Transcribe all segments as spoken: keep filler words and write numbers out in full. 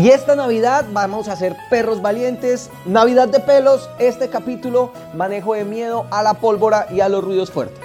Y esta Navidad vamos a ser perros valientes. Navidad de pelos, este capítulo, manejo de miedo a la pólvora y a los ruidos fuertes.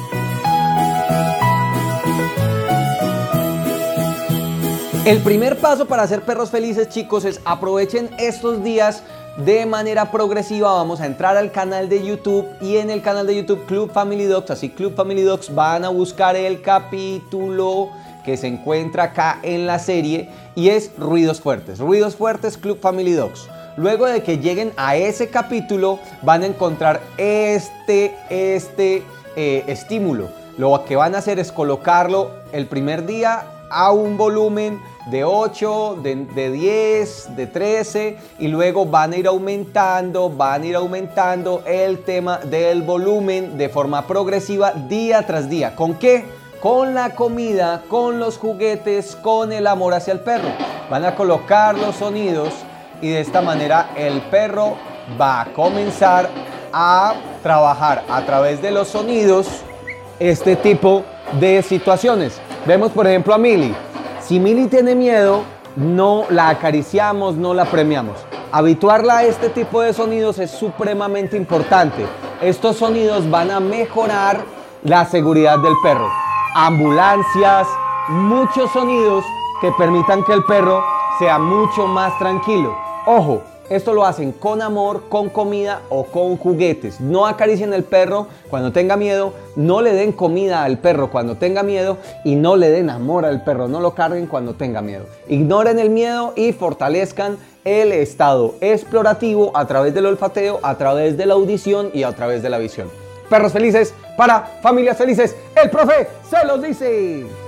El primer paso para ser perros felices, chicos, es aprovechen estos días de manera progresiva. Vamos a entrar al canal de YouTube y en el canal de YouTube Club Family Dogs, así Club Family Dogs, van a buscar el capítulo que se encuentra acá en la serie y es Ruidos Fuertes. Ruidos Fuertes Club Family Dogs. Luego de que lleguen a ese capítulo van a encontrar este, este eh, estímulo. Lo que van a hacer es colocarlo el primer día a un volumen de ocho, de, de diez, de trece y luego van a ir aumentando, van a ir aumentando el tema del volumen de forma progresiva día tras día. ¿Con qué? Con la comida, con los juguetes, con el amor hacia el perro. Van a colocar los sonidos y de esta manera el perro va a comenzar a trabajar a través de los sonidos este tipo de situaciones. Vemos por ejemplo a Millie. Si Millie tiene miedo, no la acariciamos, no la premiamos. Habituarla a este tipo de sonidos es supremamente importante. Estos sonidos van a mejorar la seguridad del perro. Ambulancias, muchos sonidos que permitan que el perro sea mucho más tranquilo. Ojo, esto lo hacen con amor, con comida o con juguetes. No acaricien al perro cuando tenga miedo, no le den comida al perro cuando tenga miedo y no le den amor al perro, no lo carguen cuando tenga miedo. Ignoren el miedo y fortalezcan el estado explorativo a través del olfateo, a través de la audición y a través de la visión. Perros felices para familias felices, el profe se los dice.